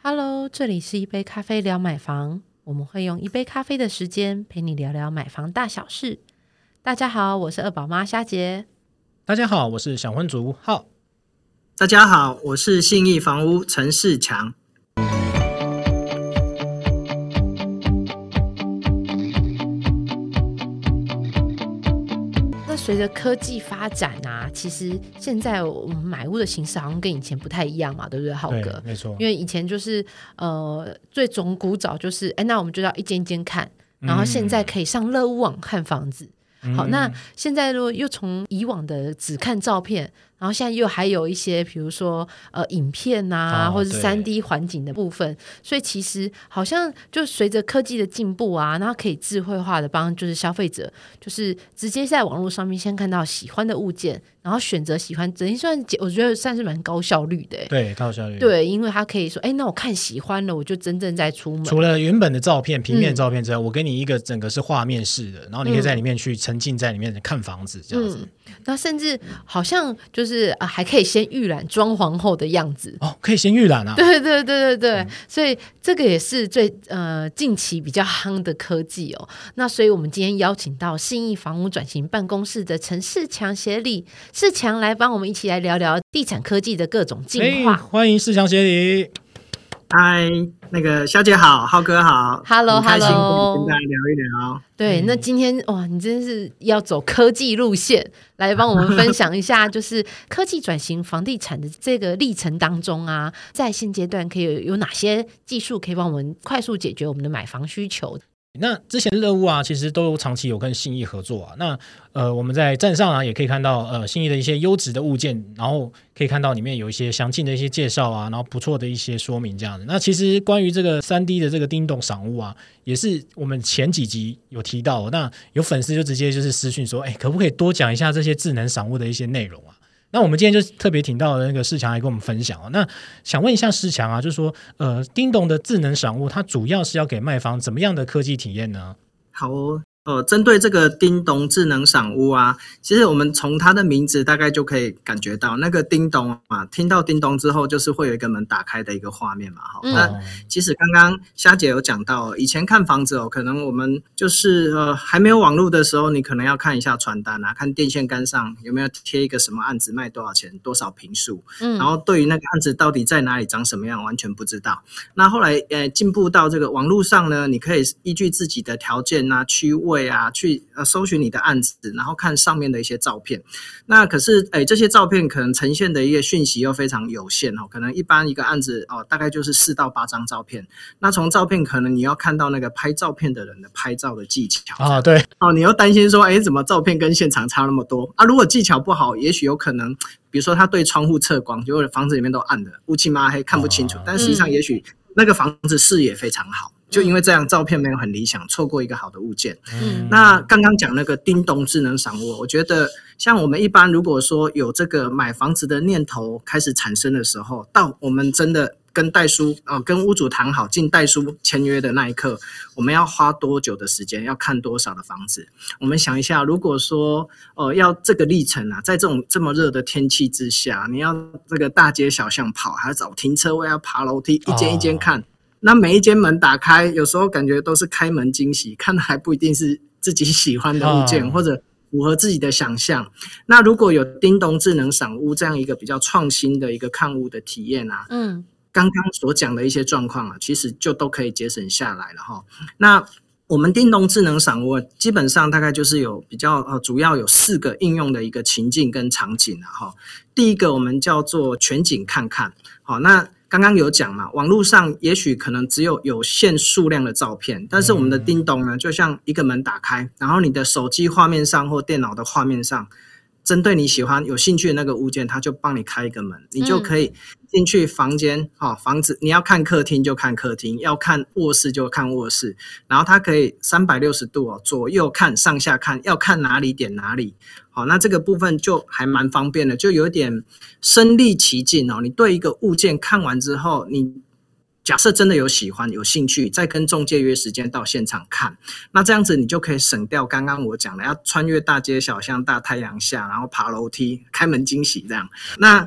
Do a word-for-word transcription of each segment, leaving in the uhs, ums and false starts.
Hello， 这里是一杯咖啡聊买房，我们会用一杯咖啡的时间陪你聊聊买房大小事。大家好，我是二宝妈虾杰。 大家好，我是小婚族浩。 大家好，我是信义房屋陈世强。 随着科技发展啊，其实现在我们买屋的形式好像跟以前不太一样嘛，对不对，浩哥？ 没错， 因为以前就是呃最总古早就是哎，那我们就要一间一间看，然后现在可以上乐屋网看房子。嗯、好，那现在如果又从以往的只看照片，然后现在又还有一些比如说呃影片啊、哦、或者是 三 D 环境的部分，所以其实好像就随着科技的进步啊，然后可以智慧化的帮就是消费者就是直接在网络上面先看到喜欢的物件，然后选择喜欢，等于算我觉得算是蛮高效率的。 对，高效率。 对，因为他可以说哎，那我看喜欢了我就真正在出门， 除了原本的照片平面照片之外、嗯、我给你一个整个是画面式的，然后你可以在里面去沉浸在里面看房子这样子、 嗯、那甚至好像就是、呃、还可以先预览装潢后的样子哦，可以先预览啊？ 对对对对对、嗯、所以这个也是最呃近期比较夯的科技哦。那所以我们今天邀请到信义房屋转型办公室的陈世强协理，世强来帮我们一起来聊聊地产科技的各种进化。 欢迎世强协理。 嗨，那个小姐好，浩哥好 ，Hello 很开心 Hello， 跟大家聊一聊。 对，那今天哇，你真是要走科技路线，来帮我们分享一下，就是科技转型房地产的这个历程当中啊，在现阶段可以 有, 有哪些技术可以帮我们快速解决我们的买房需求？ 那之前乐屋啊，其实都长期有跟信义合作啊。那呃，我们在站上啊，也可以看到呃信义的一些优质的物件，然后可以看到里面有一些详尽的一些介绍啊，然后不错的一些说明这样子。那其实关于这个 三 D 的这个叮咚赏屋啊，也是我们前几集有提到。那有粉丝就直接就是私讯说，哎，可不可以多讲一下这些智能赏屋的一些内容啊？那我们今天就特别请到了那个世强来跟我们分享哦。那想问一下世强啊，就是说，呃，叮咚的智能赏屋，它主要是要给卖方怎么样的科技体验呢？ 好哦。呃，针对这个叮咚智能赏屋啊，其实我们从它的名字大概就可以感觉到，那个叮咚啊，听到叮咚之后，就是会有一个门打开的一个画面嘛。哈、嗯，那其实刚刚虾姐有讲到，以前看房子哦，可能我们就是呃还没有网络的时候，你可能要看一下传单啊，看电线杆上有没有贴一个什么案子卖多少钱，多少坪数，嗯，然后对于那个案子到底在哪里、长什么样，完全不知道。那后来呃进步到这个网络上呢，你可以依据自己的条件啊、区位啊，去呃搜寻你的案子，然后看上面的一些照片。那可是诶这些照片可能呈现的一个讯息又非常有限哦，可能一般一个案子哦大概就是四到八张照片。那从照片可能你要看到那个拍照片的人的拍照的技巧啊，对哦，你又担心说诶怎么照片跟现场差那么多啊？如果技巧不好，也许有可能比如说他对窗户测光，结果房子里面都暗的，乌漆嘛黑看不清楚，但实际上也许那个房子视野非常好。就因为这样照片没有很理想，错过一个好的物件。嗯，那刚刚讲那个叮咚智能赏屋，我觉得像我们一般如果说有这个买房子的念头开始产生的时候，到我们真的跟代书、呃、跟屋主谈好进代书签约的那一刻，我们要花多久的时间，要看多少的房子？我们想一下，如果说呃要这个历程啊，在这种这么热的天气之下，你要这个大街小巷跑，还要找停车位，要爬楼梯，一间一间看。哦，那每一间门打开，有时候感觉都是开门惊喜，看的还不一定是自己喜欢的物件，哦，或者符合自己的想象。那如果有叮咚智能赏屋这样一个比较创新的一个看屋的体验啊，嗯，刚刚所讲的一些状况啊，其实就都可以节省下来了哈。那我们叮咚智能赏屋基本上大概就是有比较呃主要有四个应用的一个情境跟场景啊哈。第一个我们叫做全景看看，好，那刚刚有讲嘛，网络上也许可能只有有限数量的照片，但是我们的叮咚呢，就像一个门打开，然后你的手机画面上或电脑的画面上，针对你喜欢有兴趣的那个物件，它就帮你开一个门，你就可以进去房间，哦，房子你要看客厅就看客厅，要看卧室就看卧室，然后它可以三百六十度哦，左右看上下看，要看哪里点哪里。好，那这个部分就还蛮方便的，就有点身临其境哦。你对一个物件看完之后，你假设真的有喜欢有兴趣，再跟仲介约时间到现场看，那这样子你就可以省掉刚刚我讲的要穿越大街小巷大太阳下，然后爬楼梯开门惊喜这样。那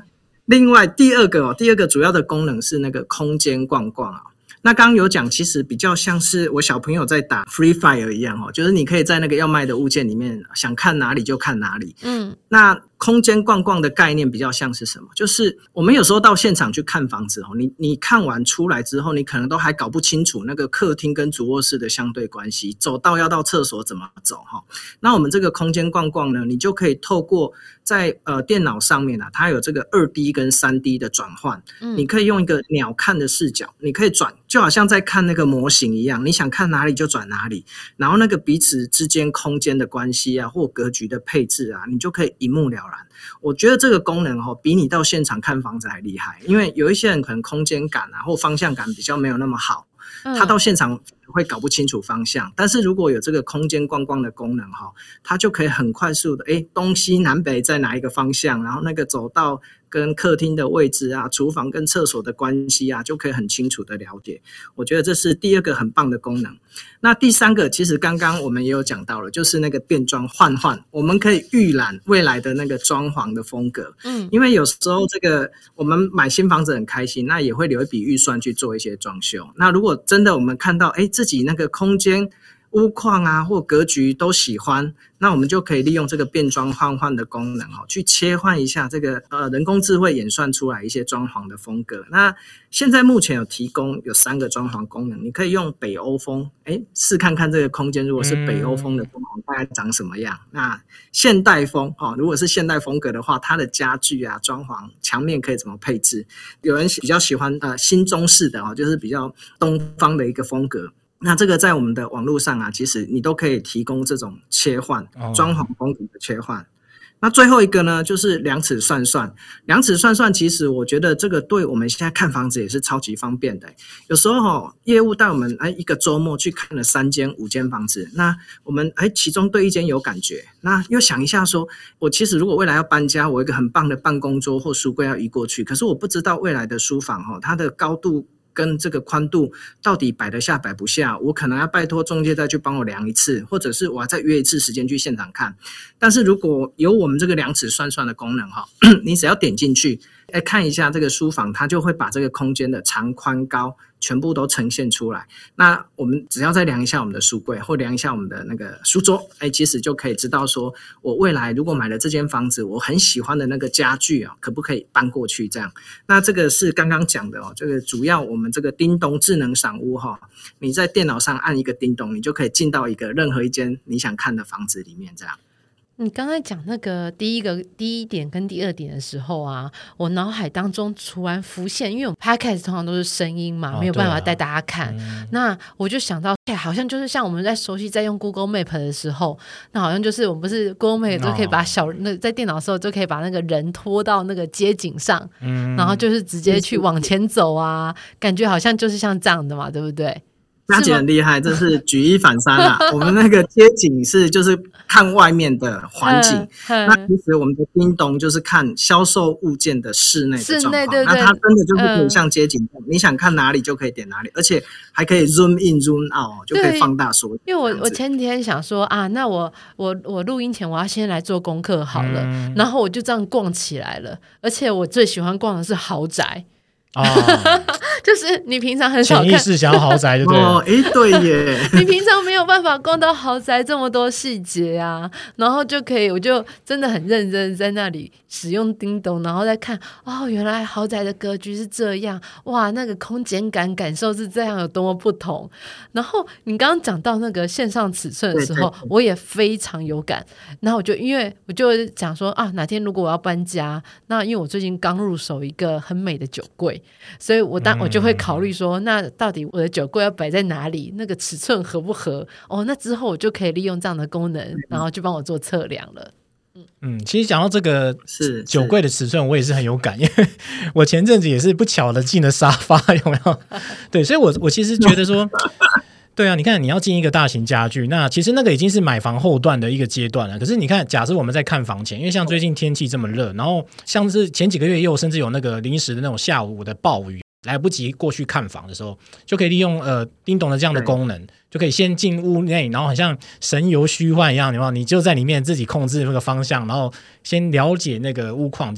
另外第二个哦，第二个主要的功能是那个空间逛逛啊。那刚刚有讲，其实比较像是我小朋友在打 Free Fire 一样哦，就是你可以在那个要卖的物件里面，想看哪里就看哪里。嗯，那空间逛逛的概念比较像是什么？就是我们有时候到现场去看房子哦，你你看完出来之后，你可能都还搞不清楚那个客厅跟主卧室的相对关系，走道要到厕所怎么走哈？那我们这个空间逛逛呢，你就可以透过在呃电脑上面啊，它有这个二 D 跟三 D 的转换，嗯，你可以用一个鸟瞰的视角，你可以转，就好像在看那个模型一样，你想看哪里就转哪里，然后那个彼此之间空间的关系啊，或格局的配置啊，你就可以一目了然。我觉得这个功能哦，比你到现场看房子还厉害，因为有一些人可能空间感啊或方向感比较没有那么好，他到现场会搞不清楚方向，但是如果有这个空间逛逛的功能哈，它就可以很快速的，诶，东西南北在哪一个方向，然后那个走道跟客厅的位置啊，厨房跟厕所的关系啊，就可以很清楚的了解。我觉得这是第二个很棒的功能。那第三个，其实刚刚我们也有讲到了，就是那个变装换换，我们可以预览未来的那个装潢的风格。嗯，因为有时候这个我们买新房子很开心，那也会留一笔预算去做一些装修。那如果真的我们看到，诶，自己那个空间屋况啊或格局都喜欢，那我们就可以利用这个变装换换的功能哦，去切换一下这个呃人工智慧演算出来一些装潢的风格。那现在目前有提供有三个装潢功能，你可以用北欧风，诶，试看看这个空间如果是北欧风的装潢大概长什么样。那现代风哦，如果是现代风格的话，它的家具啊装潢墙面可以怎么配置？有人比较喜欢呃新中式的哦，就是比较东方的一个风格。那这个在我们的网络上啊，其实你都可以提供这种切换，装潢风格的切换。那最后一个呢，就是量尺算算。量尺算算，其实我觉得这个对我们现在看房子也是超级方便的。有时候哦，业务带我们哎一个周末去看了三间五间房子，那我们哎其中对一间有感觉，那又想一下说，我其实如果未来要搬家，我有一个很棒的办公桌或书柜要移过去，可是我不知道未来的书房哦，它的高度跟这个宽度到底摆得下摆不下，我可能要拜托中介再去帮我量一次，或者是我要再约一次时间去现场看。但是如果有我们这个量尺算算的功能哈，你只要点进去，哎，看一下这个书房，它就会把这个空间的长宽高全部都呈现出来。那我们只要再量一下我们的书柜，或量一下我们的那个书桌，哎，其实就可以知道说，我未来如果买了这间房子，我很喜欢的那个家具啊，可不可以搬过去这样？那这个是刚刚讲的哦，这个主要我们这个叮咚智能赏屋哈，你在电脑上按一个叮咚，你就可以进到一个任何一间你想看的房子里面这样。 你刚才讲那个第一个第一点跟第二点的时候啊，我脑海当中突然浮现，因为我们 podcast 通常都是声音嘛，哦，没有办法带大家看，嗯，那我就想到，欸，好像就是像我们在熟悉在用 Google Map 的时候，那好像就是我们不是 Google Map 就可以把小，哦，那在电脑的时候就可以把那个人拖到那个街景上，嗯，然后就是直接去往前走啊，感觉好像就是像这样的嘛，对不对？ 佳姐很厉害，这是举一反三啊！我们那个街景是就是看外面的环境，那其实我们的叮咚就是看销售物件的室内的状况。对对，那它真的就是可以像街景一样，嗯，你想看哪里就可以点哪里，而且还可以 zoom in zoom out， 就可以放大缩。 因为我我前几天想说啊，那我我我录音前我要先来做功课好了，嗯，然后我就这样逛起来了，而且我最喜欢逛的是豪宅。哦，就是你平常很少看， 潜意识想要豪宅就对了。 哦，诶，对耶， 你平常没有办法逛到豪宅这么多细节啊，然后就可以，我就真的很认真在那里使用叮咚，然后再看，哦，原来豪宅的格局是这样，哇，那个空间感感受是这样，有多么不同。然后你刚刚讲到那个线上尺寸的时候，我也非常有感。然后我就因为我就讲说啊，哪天如果我要搬家，那因为我最近刚入手一个很美的酒柜。所以我当我就会考虑说，那到底我的酒柜要摆在哪里，那个尺寸合不合，哦，那之后我就可以利用这样的功能，然后就帮我做测量了。 嗯嗯，其实讲到这个是酒柜的尺寸，我也是很有感，因为我前阵子也是不巧的进了沙发，有没有？对，所以我我其实觉得说，对啊，你看你要进一个大型家具，那其实那个已经是买房后段的一个阶段了。可是你看，假设我们在看房前，因为像最近天气这么热，然后像是前几个月也有甚至有那个临时的那种下午的暴雨，来不及过去看房的时候，就可以利用呃叮咚的这样的功能，就可以先进屋内，然后好像神游虚幻一样，有没有？你就在里面自己控制那个方向，然后先了解那个屋况这样子。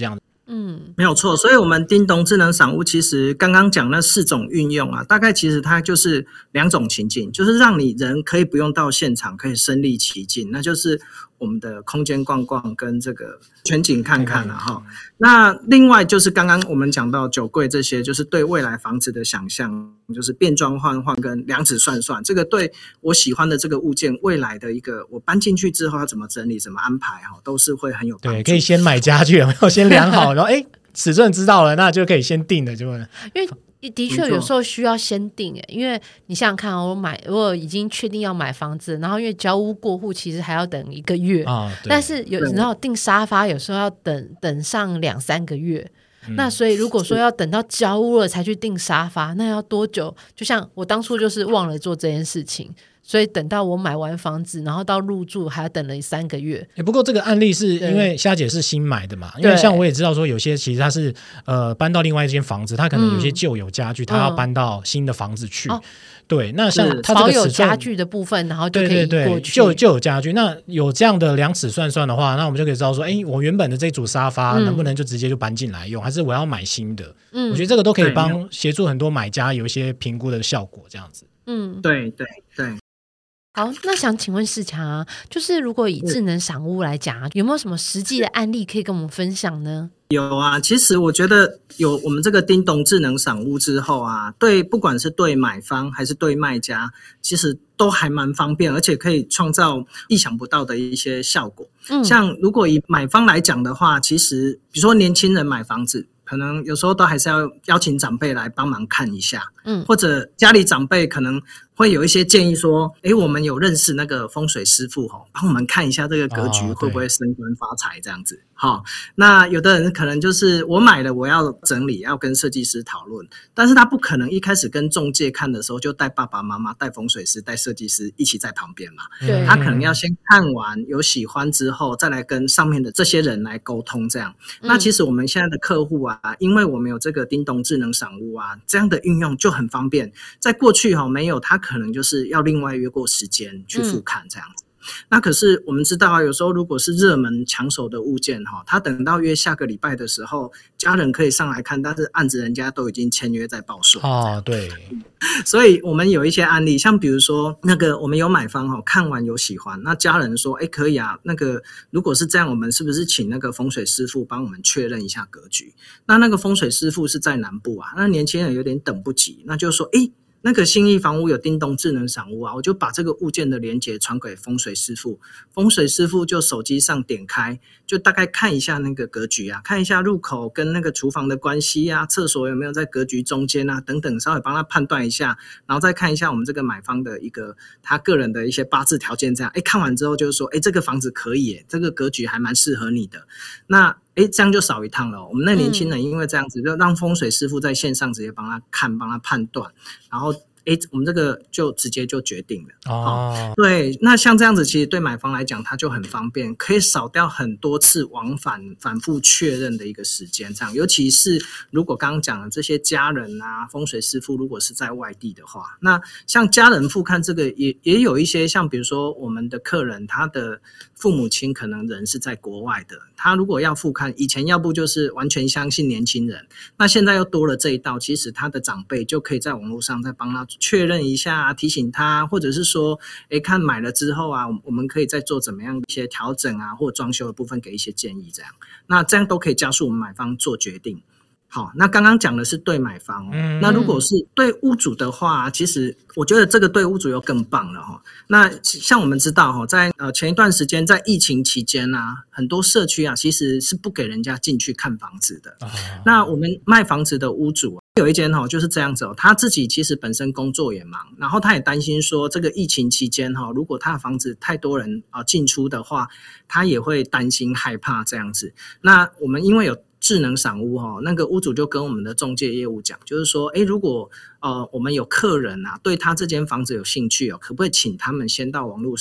嗯， 没有错。所以我们叮咚智能赏屋其实刚刚讲那四种运用啊，大概其实它就是两种情境，就是让你人可以不用到现场，可以身临其境，那就是我们的空间逛逛跟这个全景看看啊哈。那另外就是刚刚我们讲到酒柜这些，就是对未来房子的想象，就是变装换换跟量子算算，这个对我喜欢的这个物件未来的一个我搬进去之后要怎么整理怎么安排哈，都是会很有帮助。 对，可以先买家具，有没有先量好，然后哎尺寸知道了，那就可以先定了，就因为的确有时候需要先定诶，因为你想想看哦，我买我已经确定要买房子，然后因为交屋过户其实还要等一个月， 啊、 但是有然后订沙发有时候要等等上两三个月。那所以如果说要等到交屋了才去订沙发，那要多久？就像我当初就是忘了做这件事情，所以等到我买完房子然后到入住还等了三个月。 欸、不过这个案例是因为虾姐是新买的嘛，因为像我也知道说有些其实他是呃搬到另外一间房子，他可能有些旧有家具、嗯、他要搬到新的房子去、嗯、对，那像他这个尺寸保有家具的部分然后就可以移过去， 对对对，就就有家具，那有这样的量尺算算的话，那我们就可以知道说，哎，我原本的这组沙发能不能就直接就搬进来用、嗯、还是我要买新的、嗯、我觉得这个都可以帮协助很多买家有一些评估的效果这样子。 嗯， 对对对。 好，那想请问世强啊，就是如果以智能赏屋来讲、啊、有没有什么实际的案例可以跟我们分享呢？ 有啊，其实我觉得有我们这个叮咚智能赏屋之后啊，对不管是对买方还是对卖家，其实都还蛮方便，而且可以创造意想不到的一些效果。嗯，像如果以买方来讲的话，其实比如说年轻人买房子，可能有时候都还是要邀请长辈来帮忙看一下，嗯，或者家里长辈可能会有一些建议说，诶，我们有认识那个风水师傅齁，帮我们看一下这个格局会不会升官发财这样子。好，那有的人可能就是我买了我要整理，要跟设计师讨论，但是他不可能一开始跟仲介看的时候就带爸爸妈妈、带风水师、带设计师一起在旁边嘛，对，他可能要先看完有喜欢之后再来跟上面的这些人来沟通这样、嗯、那其实我们现在的客户啊，因为我们有这个叮咚智能赏屋啊，这样的运用就很方便，在过去齁没有，他可能就是要另外约过时间去复看这样子、嗯，那可是我们知道啊，有时候如果是热门抢手的物件哈，他等到约下个礼拜的时候，家人可以上来看，但是案子人家都已经签约在报税哦，对， 所以我们有一些案例，像比如说那个我们有买方哈，看完有喜欢，那家人说，哎，可以啊，那个如果是这样，我们是不是请那个风水师傅帮我们确认一下格局？那那个风水师傅是在南部啊，那年轻人有点等不及，那就说，哎。那个信义房屋有叮咚智能赏屋啊，我就把这个物件的连结传给风水师傅，风水师傅就手机上点开，就大概看一下那个格局啊，看一下入口跟那个厨房的关系啊，厕所有没有在格局中间啊，等等，稍微帮他判断一下，然后再看一下我们这个买方的一个他个人的一些八字条件，这样，哎，看完之后就是说，哎，这个房子可以耶，这个格局还蛮适合你的，那。诶，这样就少一趟了、哦。我们那年轻人因为这样子，就让风水师傅在线上直接帮他看、帮他判断，然后诶，我们这个就直接就决定了。哦，对，那像这样子，其实对买方来讲，它就很方便，可以少掉很多次往返、反复确认的一个时间。这样，尤其是如果刚刚讲的这些家人啊，风水师傅如果是在外地的话，那像家人复看这个也也有一些，像比如说我们的客人，他的父母亲可能人是在国外的。他如果要复看，以前要不就是完全相信年轻人，那现在又多了这一道，其实他的长辈就可以在网络上再帮他确认一下，提醒他，或者是说，诶，看买了之后啊，我们可以再做怎么样一些调整啊，或装修的部分给一些建议，这样，那这样都可以加速我们买方做决定。好，那刚刚讲的是对买方哦、嗯，那如果是对屋主的话，其实我觉得这个对屋主又更棒了哈、哦。那像我们知道哈，在呃前一段时间在疫情期间啊，很多社区啊其实是不给人家进去看房子的。哦、那我们卖房子的屋主、啊、有一间哈就是这样子哦，他自己其实本身工作也忙，然后他也担心说这个疫情期间哈，如果他的房子太多人啊进出的话，他也会担心害怕这样子。那我们因为有智能赏屋哈，那个屋主就跟我们的仲介业务讲，就是说，诶，如果呃我们有客人啊，对他这间房子有兴趣哦，可不可以请他们先到网络上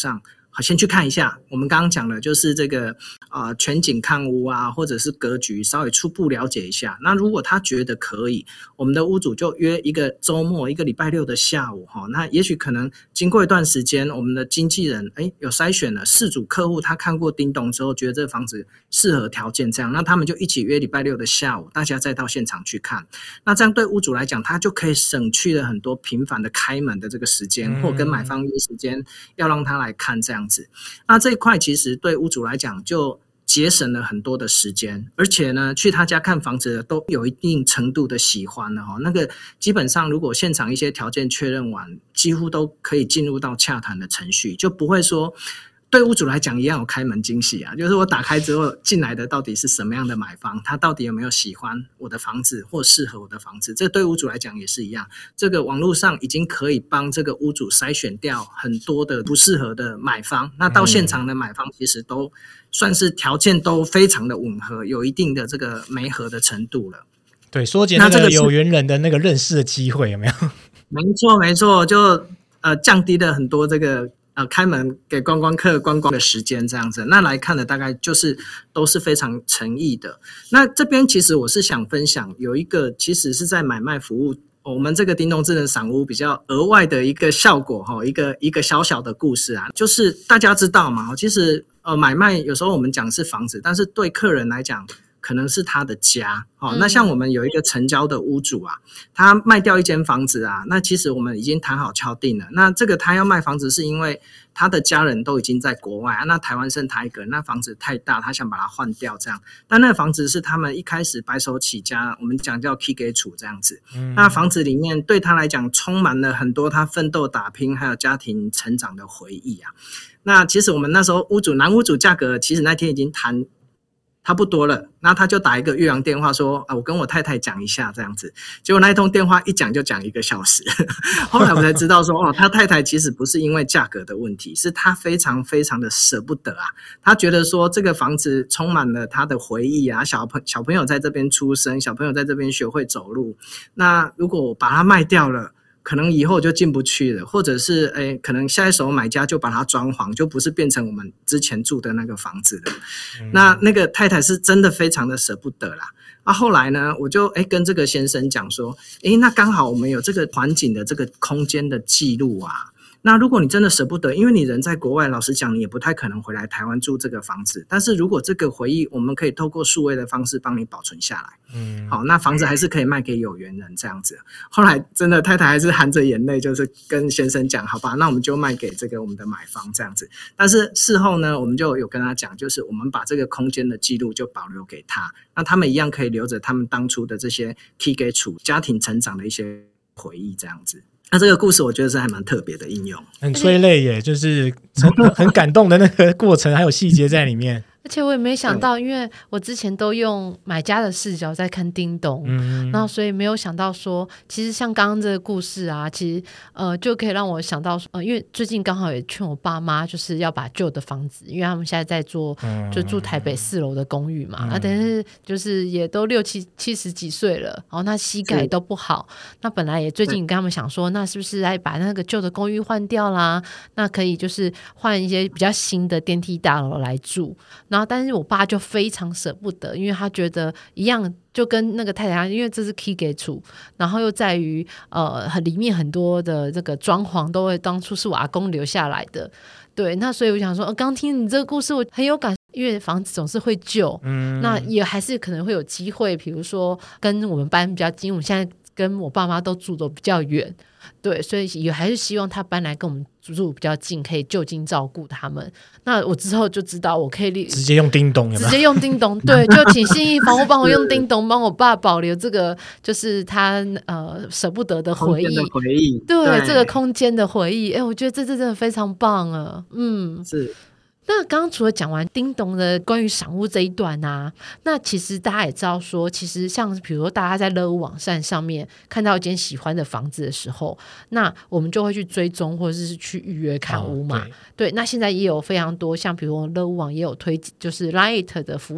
好，先去看一下，我们刚刚讲的就是这个呃全景看屋啊，或者是格局，稍微初步了解一下。那如果他觉得可以，我们的屋主就约一个周末，一个礼拜六的下午哈。那也许可能经过一段时间，我们的经纪人哎有筛选了四组客户，他看过叮咚之后，觉得这个房子适合条件这样，那他们就一起约礼拜六的下午，大家再到现场去看。那这样对屋主来讲，他就可以省去了很多频繁的开门的这个时间，嗯、或跟买方约时间要让他来看这样。那这一块其实对屋主来讲就节省了很多的时间，而且呢去他家看房子的都有一定程度的喜欢了、哦、那个基本上如果现场一些条件确认完，几乎都可以进入到洽谈的程序，就不会说对屋主来讲一样有开门惊喜啊，就是我打开之后进来的到底是什么样的买方，他到底有没有喜欢我的房子或适合我的房子，这对屋主来讲也是一样。这个网络上已经可以帮这个屋主筛选掉很多的不适合的买方，那到现场的买方其实都算是条件都非常的吻合，有一定的这个媒合的程度了。 对，缩减那个有缘人的那个认识的机会有没有？ 没错没错，就呃降低了很多这个呃，开门给观光客观光的时间这样子，那来看的大概就是都是非常诚意的。那这边其实我是想分享有一个其实是在买卖服务我们这个叮咚智能赏屋比较额外的一个效果，一个一个小小的故事啊，就是大家知道嘛，其实呃买卖有时候我们讲是房子，但是对客人来讲可能是他的家、哦嗯、那像我们有一个成交的屋主啊，他卖掉一间房子啊，那其实我们已经谈好敲定了，那这个他要卖房子是因为他的家人都已经在国外啊，那台湾剩他一个人，那房子太大，他想把它换掉这样，但那个房子是他们一开始白手起家，我们讲叫 key 给处这样子、嗯、那房子里面对他来讲充满了很多他奋斗打拼还有家庭成长的回忆啊。那其实我们那时候屋主男屋主价格其实那天已经谈差不多了，那他就打一个越洋电话说、啊、我跟我太太讲一下这样子，结果那一通电话一讲就讲一个小时后来我才知道说哦，他太太其实不是因为价格的问题，是他非常非常的舍不得啊，他觉得说这个房子充满了他的回忆啊，小朋小朋友在这边出生，小朋友在这边学会走路，那如果我把它卖掉了可能以后就进不去了，或者是诶，可能下一手买家就把它装潢，就不是变成我们之前住的那个房子了、嗯、那那个太太是真的非常的舍不得啦。啊，后来呢我就诶跟这个先生讲说，诶那刚好我们有这个环境的这个空间的记录啊，那如果你真的舍不得，因为你人在国外，老实讲你也不太可能回来台湾住这个房子，但是如果这个回忆我们可以透过数位的方式帮你保存下来，嗯，好，那房子还是可以卖给有缘人这样子。后来真的太太还是含着眼泪就是跟先生讲，好吧，那我们就卖给这个我们的买方这样子。但是事后呢我们就有跟他讲，就是我们把这个空间的记录就保留给他，那他们一样可以留着他们当初的这些 key 给处家庭成长的一些回忆这样子。那这个故事我觉得是还蛮特别的应用， 很催泪耶，就是很很感动的那个过程还有细节在里面。 而且我也没想到，因为我之前都用买家的视角在看叮咚、嗯、然后所以没有想到说其实像刚刚这个故事啊，其实呃就可以让我想到呃，因为最近刚好也劝我爸妈就是要把旧的房子，因为他们现在在做就住台北四楼的公寓嘛、嗯、啊，但是就是也都六七七十几岁了，然后那膝盖都不好，那本来也最近跟他们想说那是不是来把那个旧的公寓换掉啦，那可以就是换一些比较新的电梯大楼来住，然后但是我爸就非常舍不得，因为他觉得一样就跟那个太太，因为这是 key 给处，然后又在于呃里面很多的这个装潢都会当初是我阿公留下来的，对，那所以我想说刚、呃、听你这个故事我很有感，因为房子总是会旧、嗯、那也还是可能会有机会，比如说跟我们搬比较近，我现在跟我爸妈都住得比较远，对，所以也还是希望他搬来跟我们住比较近，可以就近照顾他们。那我之后就知道我可以直接用叮咚有没有， 直接用叮咚对，就请信义房屋帮我用叮咚帮我爸保留这个就是他呃舍不得的回忆， 回忆对, 对这个空间的回忆，哎，我觉得这真的非常棒啊。嗯， 是。 那刚刚除了讲完叮咚的关于赏屋这一段啊，那其实大家也知道说，其实像比如说大家在乐屋网站上面看到一间喜欢的房子的时候，那我们就会去追踪或者是去预约看屋嘛、哦、对, 对，那现在也有非常多像比如说乐屋网也有推就是 Light 的服务，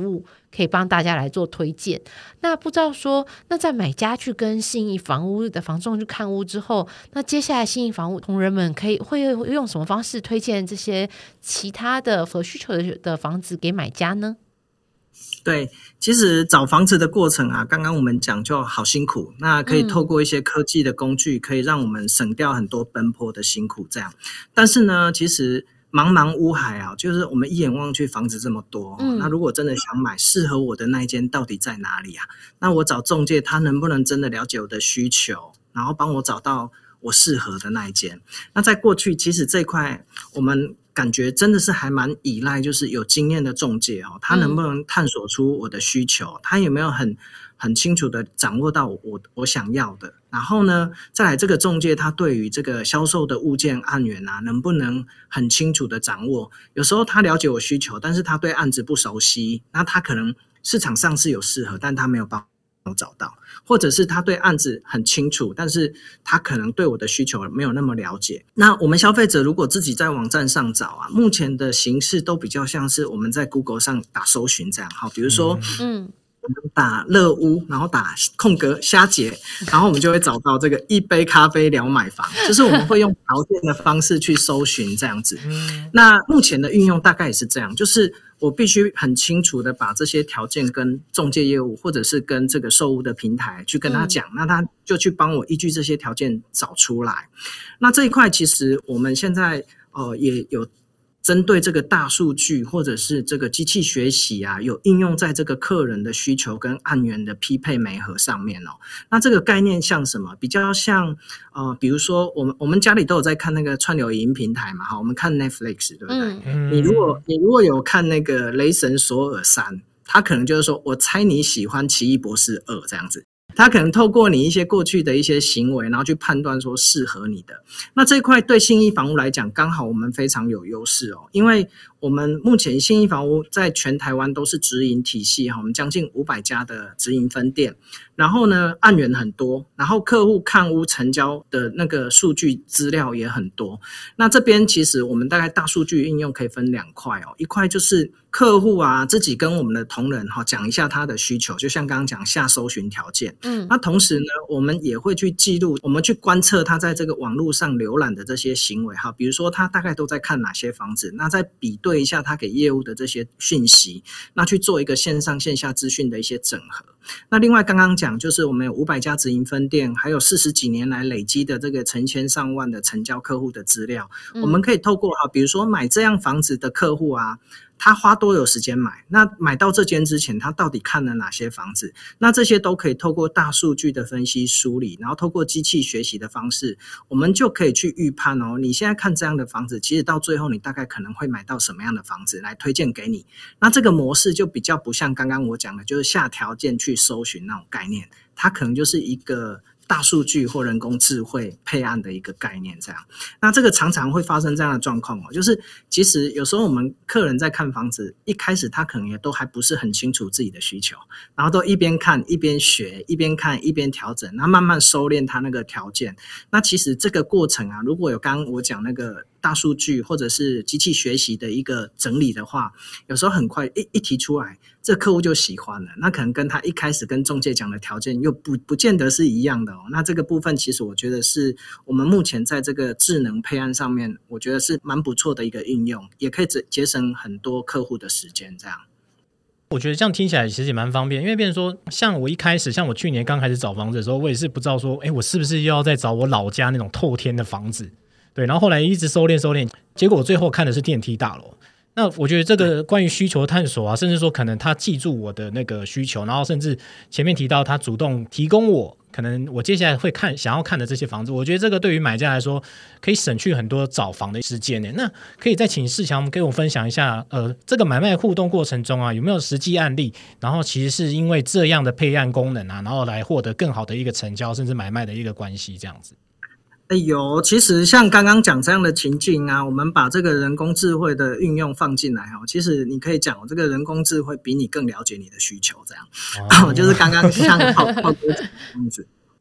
可以帮大家来做推荐。那不知道说，那在买家去跟信义房屋的房仲去看屋之后，那接下来信义房屋同仁们可以会用什么方式推荐这些其他的符合需求 的, 的房子给买家呢？ 对，其实找房子的过程啊，刚刚我们讲就好辛苦，那可以透过一些科技的工具，可以让我们省掉很多奔波的辛苦这样。但是呢，其实茫茫屋海啊，就是我们一眼望去房子这么多，嗯、那如果真的想买适合我的那一间到底在哪里啊？那我找仲介他能不能真的了解我的需求，然后帮我找到我适合的那一间？那在过去其实这一块我们感觉真的是还蛮依赖就是有经验的仲介哦，他能不能探索出我的需求，他有没有很很清楚的掌握到我我想要的，然后呢再来这个仲介他对于这个销售的物件案源啊能不能很清楚的掌握。有时候他了解我需求，但是他对案子不熟悉，那他可能市场上是有适合，但他没有帮我找到，或者是他对案子很清楚，但是他可能对我的需求没有那么了解。那我们消费者如果自己在网站上找啊，目前的形式都比较像是我们在 Google 上打搜寻这样，好，比如说嗯我们打乐屋，然后打空格虾姐，然后我们就会找到这个一杯咖啡聊买房，就是我们会用条件的方式去搜寻这样子。那目前的运用大概也是这样，就是我必须很清楚的把这些条件跟仲介业务或者是跟这个售屋的平台去跟他讲、嗯、那他就去帮我依据这些条件找出来。那这一块其实我们现在呃也有针对这个大数据或者是这个机器学习啊，有应用在这个客人的需求跟案源的匹配媒合上面哦。那这个概念像什么？比较像呃，比如说我们我们家里都有在看那个串流影音平台嘛，哈，我们看 Netflix 对不对？嗯、你如果你如果有看那个雷神索尔三，他可能就是说我猜你喜欢奇异博士二这样子。他可能透过你一些过去的一些行为，然后去判断说适合你的。那这一块对信义房屋来讲，刚好我们非常有优势哦，因为我们目前信义房屋在全台湾都是直营体系，我们将近五百家的直营分店，然后呢案源很多，然后客户看屋成交的那个数据资料也很多。那这边其实我们大概大数据应用可以分两块哦，一块就是客户啊自己跟我们的同仁哈讲一下他的需求，就像刚刚讲下搜寻条件，嗯，那同时呢我们也会去记录，我们去观测他在这个网络上浏览的这些行为哈，比如说他大概都在看哪些房子，那再比对一下他给业务的这些讯息，那去做一个线上线下资讯的一些整合。那另外刚刚讲就是我们有五百家直营分店，还有四十几年来累积的这个成千上万的成交客户的资料、嗯、我们可以透过比如说买这样房子的客户啊，他花多有时间买，那买到这间之前他到底看了哪些房子，那这些都可以透过大数据的分析梳理，然后透过机器学习的方式，我们就可以去预判哦，你现在看这样的房子，其实到最后你大概可能会买到什么样的房子来推荐给你。那这个模式就比较不像刚刚我讲的就是下条件去搜寻那种概念，它可能就是一个大数据或人工智慧配案的一个概念这样。那这个常常会发生这样的状况哦，就是其实有时候我们客人在看房子，一开始他可能也都还不是很清楚自己的需求，然后都一边看一边学，一边看一边调整，然后慢慢收敛他那个条件。那其实这个过程啊，如果有刚刚我讲那个大数据或者是机器学习的一个整理的话，有时候很快一一提出来，这客户就喜欢了，那可能跟他一开始跟仲介讲的条件又不不见得是一样的哦。那这个部分其实我觉得是我们目前在这个智能配案上面，我觉得是蛮不错的一个应用，也可以节省很多客户的时间这样。 我觉得这样听起来其实也蛮方便，因为变成说像我一开始像我去年刚开始找房子的时候，我也是不知道说诶我是不是又要再找我老家那种透天的房子，对，然后后来一直收敛收敛，结果我最后看的是电梯大楼。那我觉得这个关于需求探索啊，甚至说可能他记住我的那个需求，然后甚至前面提到他主动提供我可能我接下来会看想要看的这些房子，我觉得这个对于买家来说可以省去很多找房的时间呢。那可以再请世强给我分享一下呃，这个买卖互动过程中啊，有没有实际案例，然后其实是因为这样的配案功能啊，然后来获得更好的一个成交甚至买卖的一个关系这样子。 哎有，其实像刚刚讲这样的情境啊，我们把这个人工智慧的运用放进来哦，其实你可以讲这个人工智慧比你更了解你的需求这样、哦、就是刚刚像浩浩哥这样子。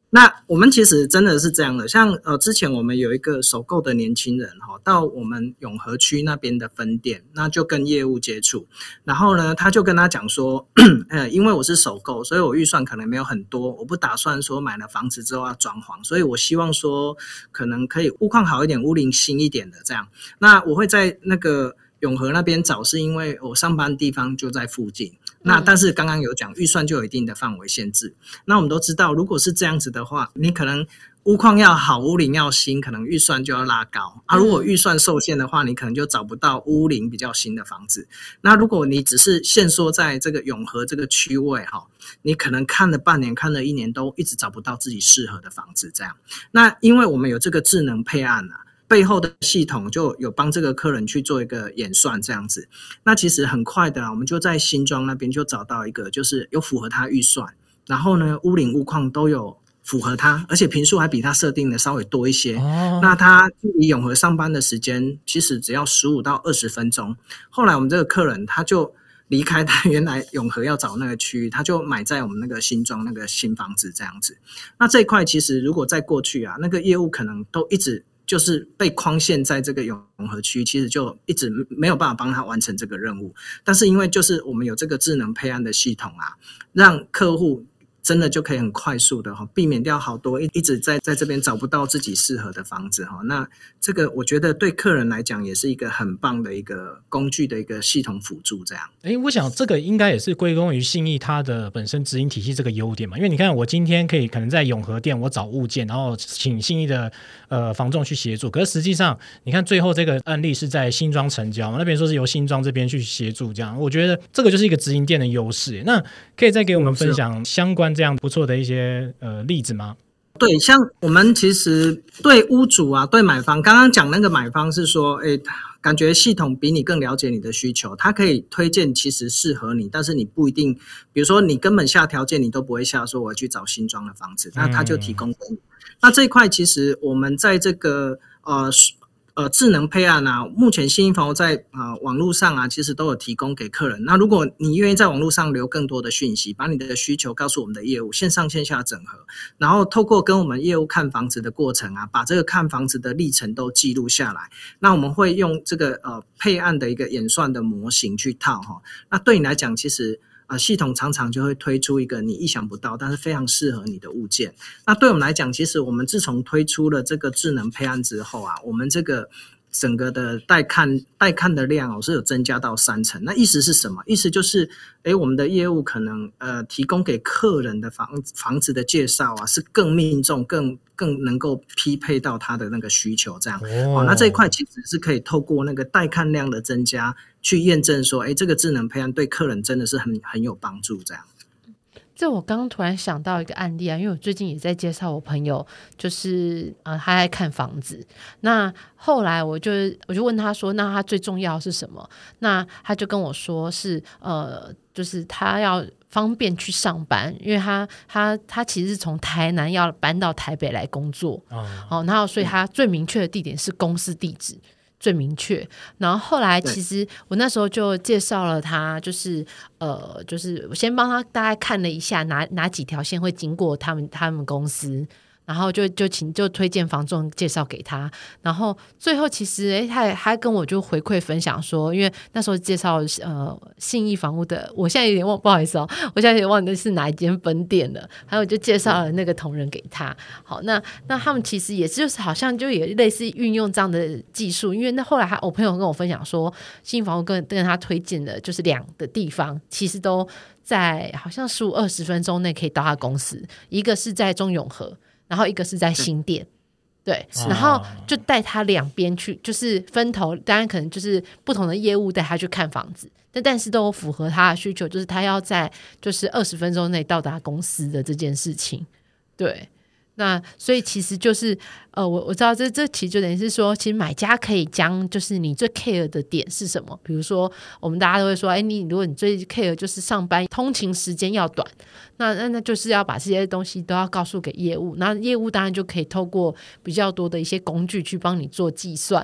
那我们其实真的是这样的，像呃之前我们有一个首购的年轻人哈，到我们永和区那边的分店，那就跟业务接触，然后呢他就跟他讲说，呃因为我是首购，所以我预算可能没有很多，我不打算说买了房子之后要装潢，所以我希望说可能可以屋况好一点，屋龄新一点的这样。那我会在那个永和那边找，是因为我上班地方就在附近。那但是刚刚有讲预算就有一定的范围限制，那我们都知道如果是这样子的话，你可能屋况要好，屋龄要新，可能预算就要拉高啊。如果预算受限的话，你可能就找不到屋龄比较新的房子。那如果你只是限缩在这个永和这个区位哈，你可能看了半年，看了一年都一直找不到自己适合的房子这样。那因为我们有这个智能配案啊，背后的系统就有帮这个客人去做一个演算这样子。那其实很快的啊，我们就在新庄那边就找到一个就是有符合他预算，然后呢屋龄屋况都有符合他，而且坪数还比他设定的稍微多一些。哦、那他距离永和上班的时间其实只要十五到二十分钟。后来我们这个客人他就离开他原来永和要找那个区域，他就买在我们那个新庄那个新房子这样子。那这一块其实如果在过去啊，那个业务可能都一直就是被框限在这个永和区，其实就一直没有办法帮他完成这个任务。但是因为就是我们有这个智能配案的系统啊，让客户真的就可以很快速的避免掉好多一直在在这边找不到自己适合的房子。那这个我觉得对客人来讲也是一个很棒的一个工具的一个系统辅助这样。 诶，我想这个应该也是归功于信义它的本身直营体系这个优点嘛，因为你看我今天可以可能在永和店我找物件，然后请信义的呃房仲去协助，可是实际上你看最后这个案例是在新庄成交嘛，那边说是由新庄这边去协助这样，我觉得这个就是一个直营店的优势。那可以再给我们分享相关这样不错的一些呃例子吗？ 对，像我们其实对屋主啊，对买方，刚刚讲那个买方是说，诶，感觉系统比你更了解你的需求，它可以推荐其实适合你，但是你不一定，比如说你根本下条件你都不会下说我要去找新庄的房子，那他就提供给你。嗯、那这一块其实我们在这个呃。呃，智能配案啊，目前信义房屋在呃网络上啊，其实都有提供给客人。那如果你愿意在网络上留更多的讯息，把你的需求告诉我们的业务，线上线下整合，然后透过跟我们业务看房子的过程啊，把这个看房子的历程都记录下来。那我们会用这个呃配案的一个演算的模型去套哈。那对你来讲，其实。呃，系统常常就会推出一个你意想不到但是非常适合你的物件。那对我们来讲，其实我们自从推出了这个智能配案之后啊，我们这个整个的带看带看的量哦是有增加到三成。那意思是什么？意思就是诶我们的业务可能呃提供给客人的房房子的介绍啊是更命中更更能够匹配到他的那个需求这样。哦，那这一块其实是可以透过那个带看量的增加去验证说诶这个智能配案对客人真的是很很有帮助这样。 这我刚刚突然想到一个案例啊，因为我最近也在介绍我朋友，就是呃他在看房子，那后来我就我就问他说，那他最重要是什么？那他就跟我说是呃，就是他要方便去上班，因为他他他其实是从台南要搬到台北来工作，哦，哦然后所以他最明确的地点是公司地址。最明确，然后后来其实我那时候就介绍了他，就是呃，就是我先帮他大概看了一下哪哪几条线会经过他们他们公司，然后就就请就推荐房仲介绍给他，然后最后其实诶他他跟我就回馈分享说，因为那时候介绍呃信义房屋的，我现在有点忘不好意思哦，我现在有点忘记是哪一间分店了，还有就介绍了那个同仁给他。好，那那他们其实也是就是好像就也类似运用这样的技术，因为那后来他我朋友跟我分享说，信义房屋跟跟他推荐的就是两个地方，其实都在好像十五二十分钟内可以到他公司，一个是在中永和。然后一个是在新店，对，然后就带他两边去，就是分头，当然可能就是不同的业务带他去看房子，但但是都符合他的需求，就是他要在就是二十分钟内到达公司的这件事情，对。那所以其实就是呃，我我知道这这其实就等于是说，其实买家可以将就是你最 care 的点是什么，比如说我们大家都会说，哎，你如果你最 care 就是上班通勤时间要短，那那那就是要把这些东西都要告诉给业务，那业务当然就可以透过比较多的一些工具去帮你做计算。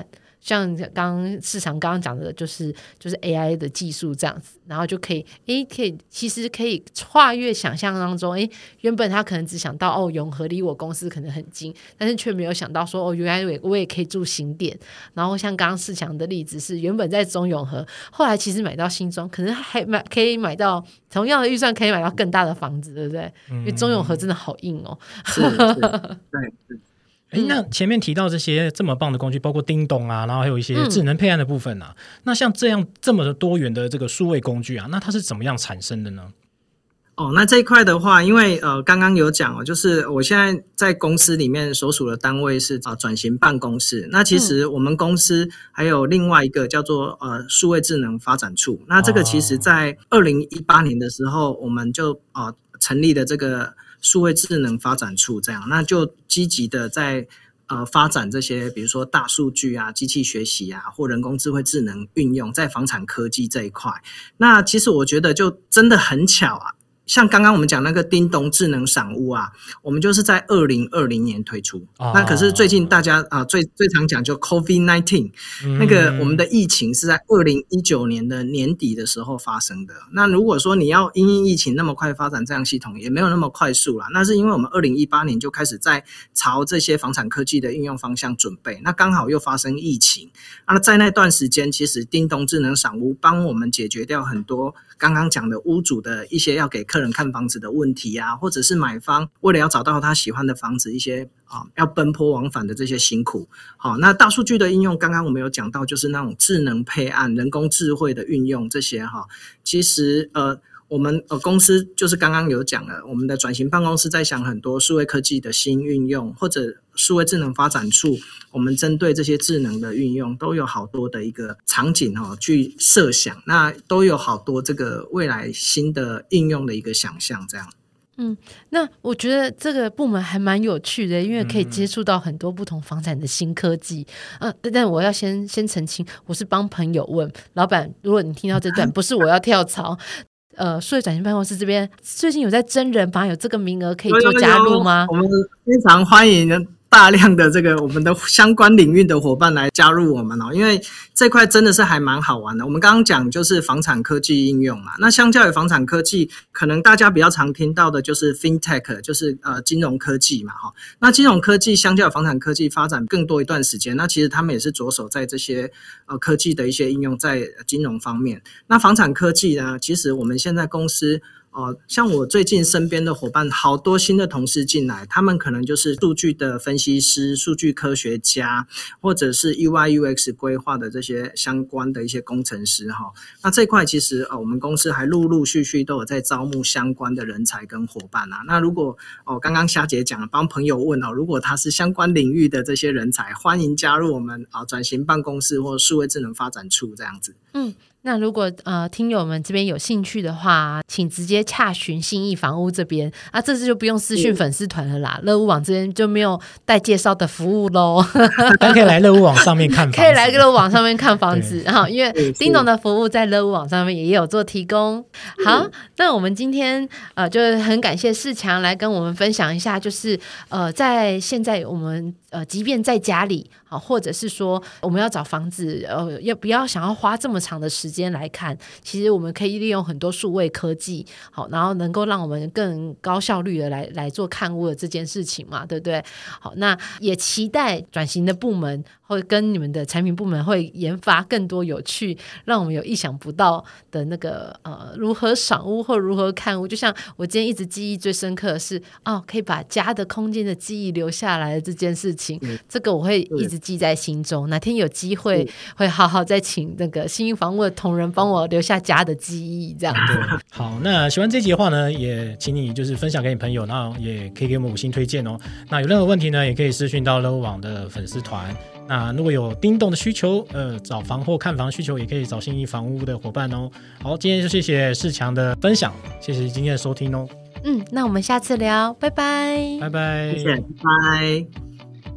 像刚刚市场刚刚讲的，就是就是 A I 的技术这样子，然后就可以诶，可以其实可以跨越想象当中，诶，原本他可能只想到哦，永和离我公司可能很近，但是却没有想到说哦，原来我也可以住新店。然后像刚刚世强的例子是，原本在中永和，后来其实买到新庄，可能还买可以买到同样的预算，可以买到更大的房子，对不对？嗯、因为中永和真的好硬哦。 是是，对。 哎，那前面提到这些这么棒的工具，包括叮咚啊，然后还有一些智能配案的部分啊，嗯、那像这样这么多元的这个数位工具啊，那它是怎么样产生的呢？ 哦，那这一块的话，因为呃刚刚有讲哦，就是我现在在公司里面所属的单位是啊转型办公室。那其实我们公司还有另外一个叫做呃数位智能发展处。那这个其实在二零一八年的时候，我们就啊、呃、成立了这个数位智能发展处，这样那就积极的在呃发展这些，比如说大数据啊、机器学习啊，或人工智慧智能运用在房产科技这一块。那其实我觉得就真的很巧啊。像刚刚我们讲那个叮咚智能赏屋啊，我们就是在二零二零年推出、哦、那可是最近大家啊最最常讲就 COVID 十九、嗯、那个我们的疫情是在二零一九年的年底的时候发生的。那如果说你要因应疫情那么快发展这样系统，也没有那么快速啦，那是因为我们二零一八年就开始在朝这些房产科技的应用方向准备，那刚好又发生疫情。那在那段时间，其实叮咚智能赏屋帮我们解决掉很多刚刚讲的屋主的一些要给客人看房子的问题啊，或者是买方为了要找到他喜欢的房子一些啊要奔波往返的这些辛苦。好，那大数据的应用，刚刚我们有讲到，就是那种智能配案、人工智慧的运用这些哈，其实呃。我们呃公司就是刚刚有讲了，我们的转型办公室在想很多数位科技的新运用，或者数位智能发展处，我们针对这些智能的运用都有好多的一个场景哦去设想，那都有好多这个未来新的应用的一个想象这样。 嗯，那我觉得这个部门还蛮有趣的，因为可以接触到很多不同房产的新科技。嗯、呃，但我要先先澄清，我是帮朋友问老板，如果你听到这段，不是我要跳槽。呃，数位转型办公室这边最近有在征人吧？有这个名额可以做加入吗？ 我们非常欢迎大量的这个我们的相关领域的伙伴来加入我们哦，因为这块真的是还蛮好玩的。我们刚刚讲就是房产科技应用嘛，那相较于房产科技，可能大家比较常听到的就是 fintech， 就是呃金融科技嘛哈。那金融科技相较于房产科技发展更多一段时间，那其实他们也是着手在这些呃科技的一些应用在金融方面。那房产科技呢，其实我们现在公司哦，像我最近身边的伙伴，好多新的同事进来，他们可能就是数据的分析师、数据科学家，或者是 U I U X 规划的这些相关的一些工程师哈。那这块其实呃，我们公司还陆陆续续都有在招募相关的人才跟伙伴啊。那如果哦，刚刚霞姐讲，帮朋友问哦，如果他是相关领域的这些人才，欢迎加入我们啊转型办公室或数位智能发展处这样子。 嗯。那如果呃听友们这边有兴趣的话，请直接洽询信义房屋这边啊，这次就不用私讯粉丝团了啦，乐屋网这边就没有带介绍的服务咯。 大家可以来乐屋网上面看房子， 可以来乐屋网上面看房子哈，因为叮咚的服务在乐屋网上面也有做提供。好，那我们今天呃就很感谢世强来跟我们分享一下，就是呃在现在我们呃即便在家里好，或者是说我们要找房子呃要不要想要花这么长的时间来看，其实我们可以利用很多数位科技好，然后能够让我们更高效率的来来做看屋的这件事情嘛，对不对？好，那也期待转型的部门会跟你们的产品部门会研发更多有趣让我们有意想不到的那个呃如何赏屋或如何看屋。就像我今天一直记忆最深刻的是哦，可以把家的空间的记忆留下来的这件事情，嗯、这个我会一直记在心中。哪天有机会会好好再请那个信义房屋的同仁帮我留下家的记忆，这样子。 好，那喜欢这集的话呢，也请你就是分享给你朋友，那也可以给我们五星推荐哦。那有任何问题呢，也可以私讯到乐屋网的粉丝团。那如果有叮咚的需求，呃，找房或看房需求，也可以找信义房屋的伙伴哦。好，今天就谢谢世强的分享，谢谢今天的收听哦。 嗯，那我们下次聊，拜拜， 拜拜， 谢谢，拜拜。